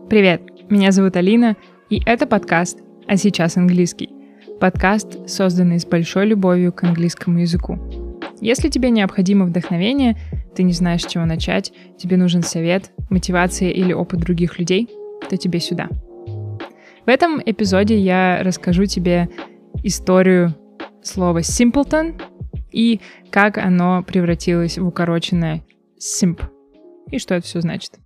Привет, меня зовут Алина, и это подкаст «А сейчас английский». Подкаст, созданный с большой любовью к английскому языку. Если тебе необходимо вдохновение, ты не знаешь, с чего начать, тебе нужен совет, мотивация или опыт других людей, то тебе сюда. В этом эпизоде я расскажу тебе историю слова simpleton и как оно превратилось в укороченное simp. И что это все значит.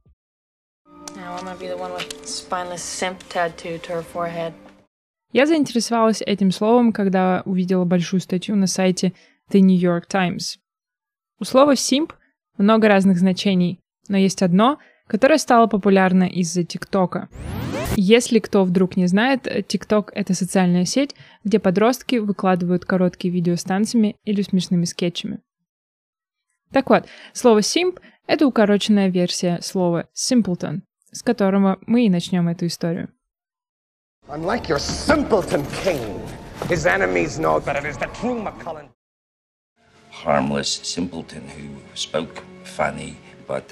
Я заинтересовалась этим словом, когда увидела большую статью на сайте The New York Times. У слова simp много разных значений, но есть одно, которое стало популярно из-за ТикТока. Если кто вдруг не знает, ТикТок — это социальная сеть, где подростки выкладывают короткие видео с танцами или смешными скетчами. Так вот, слово simp — это укороченная версия слова simpleton, с которого мы и начнем эту историю. Unlike your simpleton king, his enemies know that it is the true Macallan. Harmless simpleton who spoke funny, but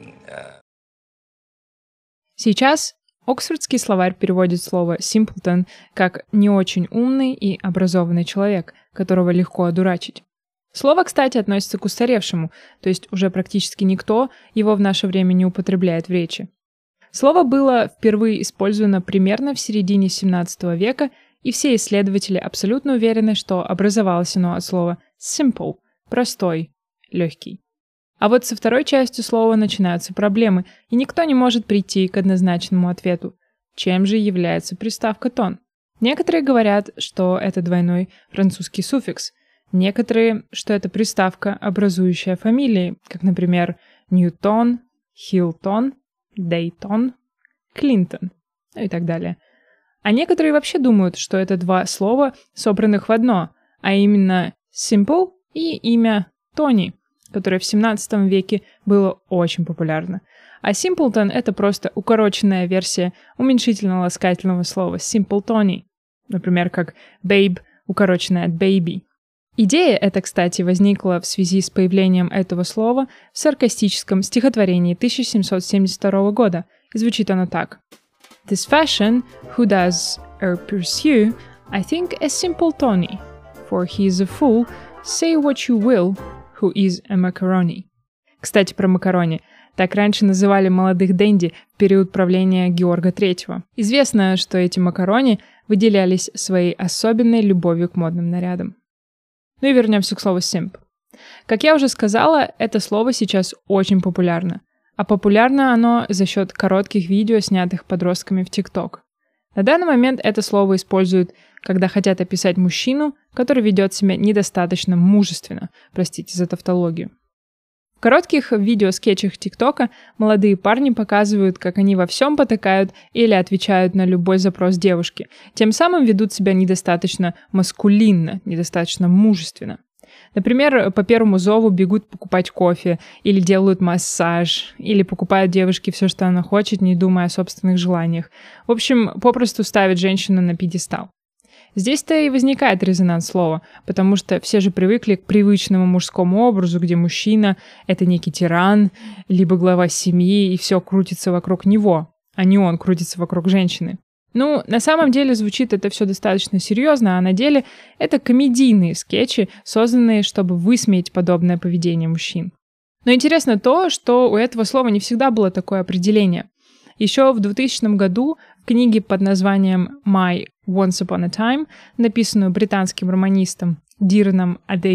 Сейчас Оксфордский словарь переводит слово simpleton как «не очень умный и образованный человек, которого легко одурачить». Слово, кстати, относится к устаревшему, то есть уже практически никто его в наше время не употребляет в речи. Слово было впервые использовано примерно в середине 17 века, и все исследователи абсолютно уверены, что образовалось оно от слова simple – простой, легкий. А вот со второй частью слова начинаются проблемы, и никто не может прийти к однозначному ответу. Чем же является приставка «тон»? Некоторые говорят, что это двойной французский суффикс, некоторые, что это приставка, образующая фамилии, как, например, Ньютон, Хилтон, Дейтон, Клинтон, ну и так далее. А некоторые вообще думают, что это два слова, собранных в одно, а именно simple и имя Тони, которое в 17 веке было очень популярно. А simpleton — это просто укороченная версия уменьшительно-ласкательного слова simpletoni, например, как babe, укороченное от baby. Идея эта, кстати, возникла в связи с появлением этого слова в саркастическом стихотворении 1772 года, и звучит оно так. This fashion, who does pursue, I think a simple Tony, for he is a fool, say what you will, who is a macaroni. Кстати, про макарони. Так раньше называли молодых денди в период правления Георга III. Известно, что эти макарони выделялись своей особенной любовью к модным нарядам. Ну и вернемся к слову simp. Как я уже сказала, это слово сейчас очень популярно. А популярно оно за счет коротких видео, снятых подростками в ТикТок. На данный момент это слово используют, когда хотят описать мужчину, который ведет себя недостаточно мужественно, простите за тавтологию. В коротких видео-скетчах ТикТока молодые парни показывают, как они во всем потакают или отвечают на любой запрос девушки, тем самым ведут себя недостаточно маскулинно, недостаточно мужественно. Например, по первому зову бегут покупать кофе, или делают массаж, или покупают девушке все, что она хочет, не думая о собственных желаниях. В общем, попросту ставят женщину на пьедестал. Здесь-то и возникает резонанс слова, потому что все же привыкли к привычному мужскому образу, где мужчина — это некий тиран, либо глава семьи, и все крутится вокруг него, а не он крутится вокруг женщины. Ну, на самом деле звучит это все достаточно серьезно, а на деле это комедийные скетчи, созданные, чтобы высмеять подобное поведение мужчин. Но интересно то, что у этого слова не всегда было такое определение. Еще в 2000 году в книге под названием «My Once Upon a Time», написанную британским романистом Дираном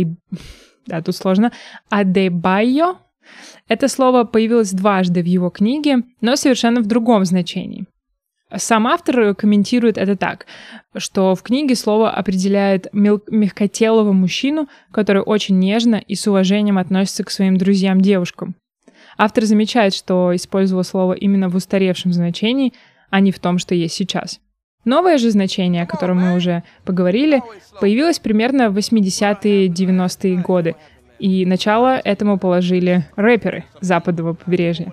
Адебайо, это слово появилось дважды в его книге, но совершенно в другом значении. Сам автор комментирует это так, что в книге слово определяет мягкотелого мужчину, который очень нежно и с уважением относится к своим друзьям-девушкам. Автор замечает, что использовал слово именно в устаревшем значении, а не в том, что есть сейчас. Новое же значение, о котором мы уже поговорили, появилось примерно в 80-е, 90-е годы, и начало этому положили рэперы западного побережья.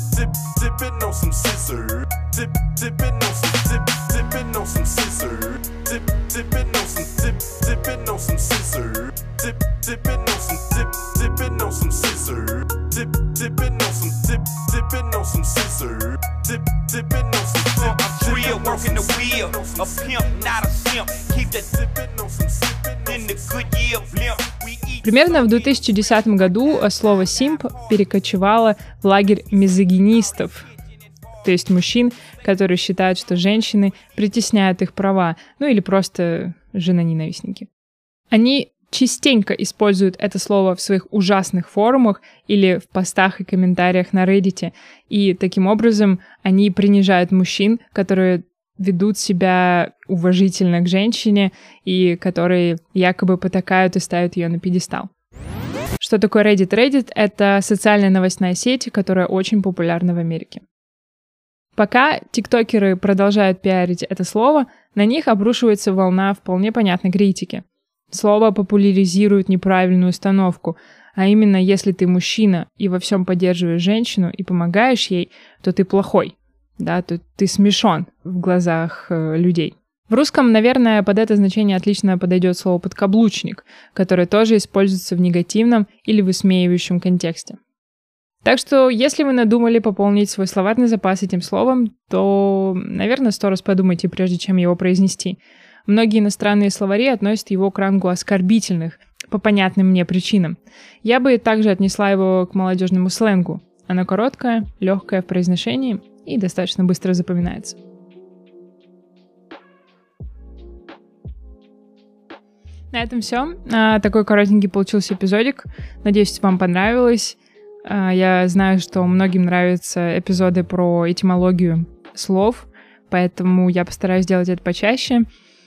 Dipping on some scissor. year. A pimp, not a simp. Keep that sippin' on some sippin' in the good year blimp. Примерно в 2010 году слово «симп» перекочевало в лагерь мизогинистов, то есть мужчин, которые считают, что женщины притесняют их права, ну или просто женоненавистники. Они частенько используют это слово в своих ужасных форумах или в постах и комментариях на Reddit, и таким образом они принижают мужчин, которые ведут себя уважительно к женщине и которые якобы потакают и ставят ее на пьедестал. Что такое Reddit? Reddit — это социальная новостная сеть, которая очень популярна в Америке. Пока тиктокеры продолжают пиарить это слово, на них обрушивается волна вполне понятной критики. Слово популяризирует неправильную установку, а именно, если ты мужчина и во всем поддерживаешь женщину и помогаешь ей, то ты плохой. Да, то ты смешон в глазах людей. В русском, наверное, под это значение отлично подойдет слово «подкаблучник», которое тоже используется в негативном или высмеивающем контексте. Так что, если вы надумали пополнить свой словарный запас этим словом, то, наверное, 100 раз подумайте, прежде чем его произнести. Многие иностранные словари относят его к рангу оскорбительных, по понятным мне причинам. Я бы также отнесла его к молодежному сленгу. Оно короткое, легкое в произношении и достаточно быстро запоминается. На этом все. Такой коротенький получился эпизодик. Надеюсь, вам понравилось. Я знаю, что многим нравятся эпизоды про этимологию слов, поэтому я постараюсь делать это почаще.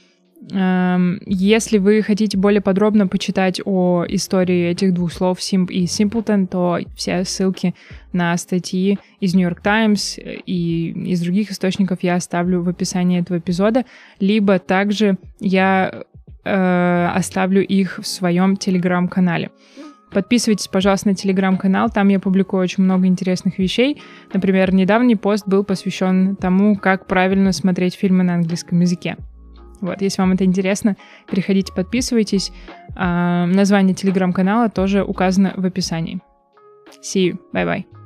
Если вы хотите более подробно почитать о истории этих двух слов «simp» и «simpleton», то все ссылки на статьи из New York Times и из других источников я оставлю в описании этого эпизода, либо также я оставлю их в своем телеграм-канале. Подписывайтесь, пожалуйста, на телеграм-канал, там я публикую очень много интересных вещей. Например, недавний пост был посвящен тому, как правильно смотреть фильмы на английском языке. Вот, если вам это интересно, переходите, подписывайтесь. Название телеграм-канала тоже указано в описании. See you. Bye-bye.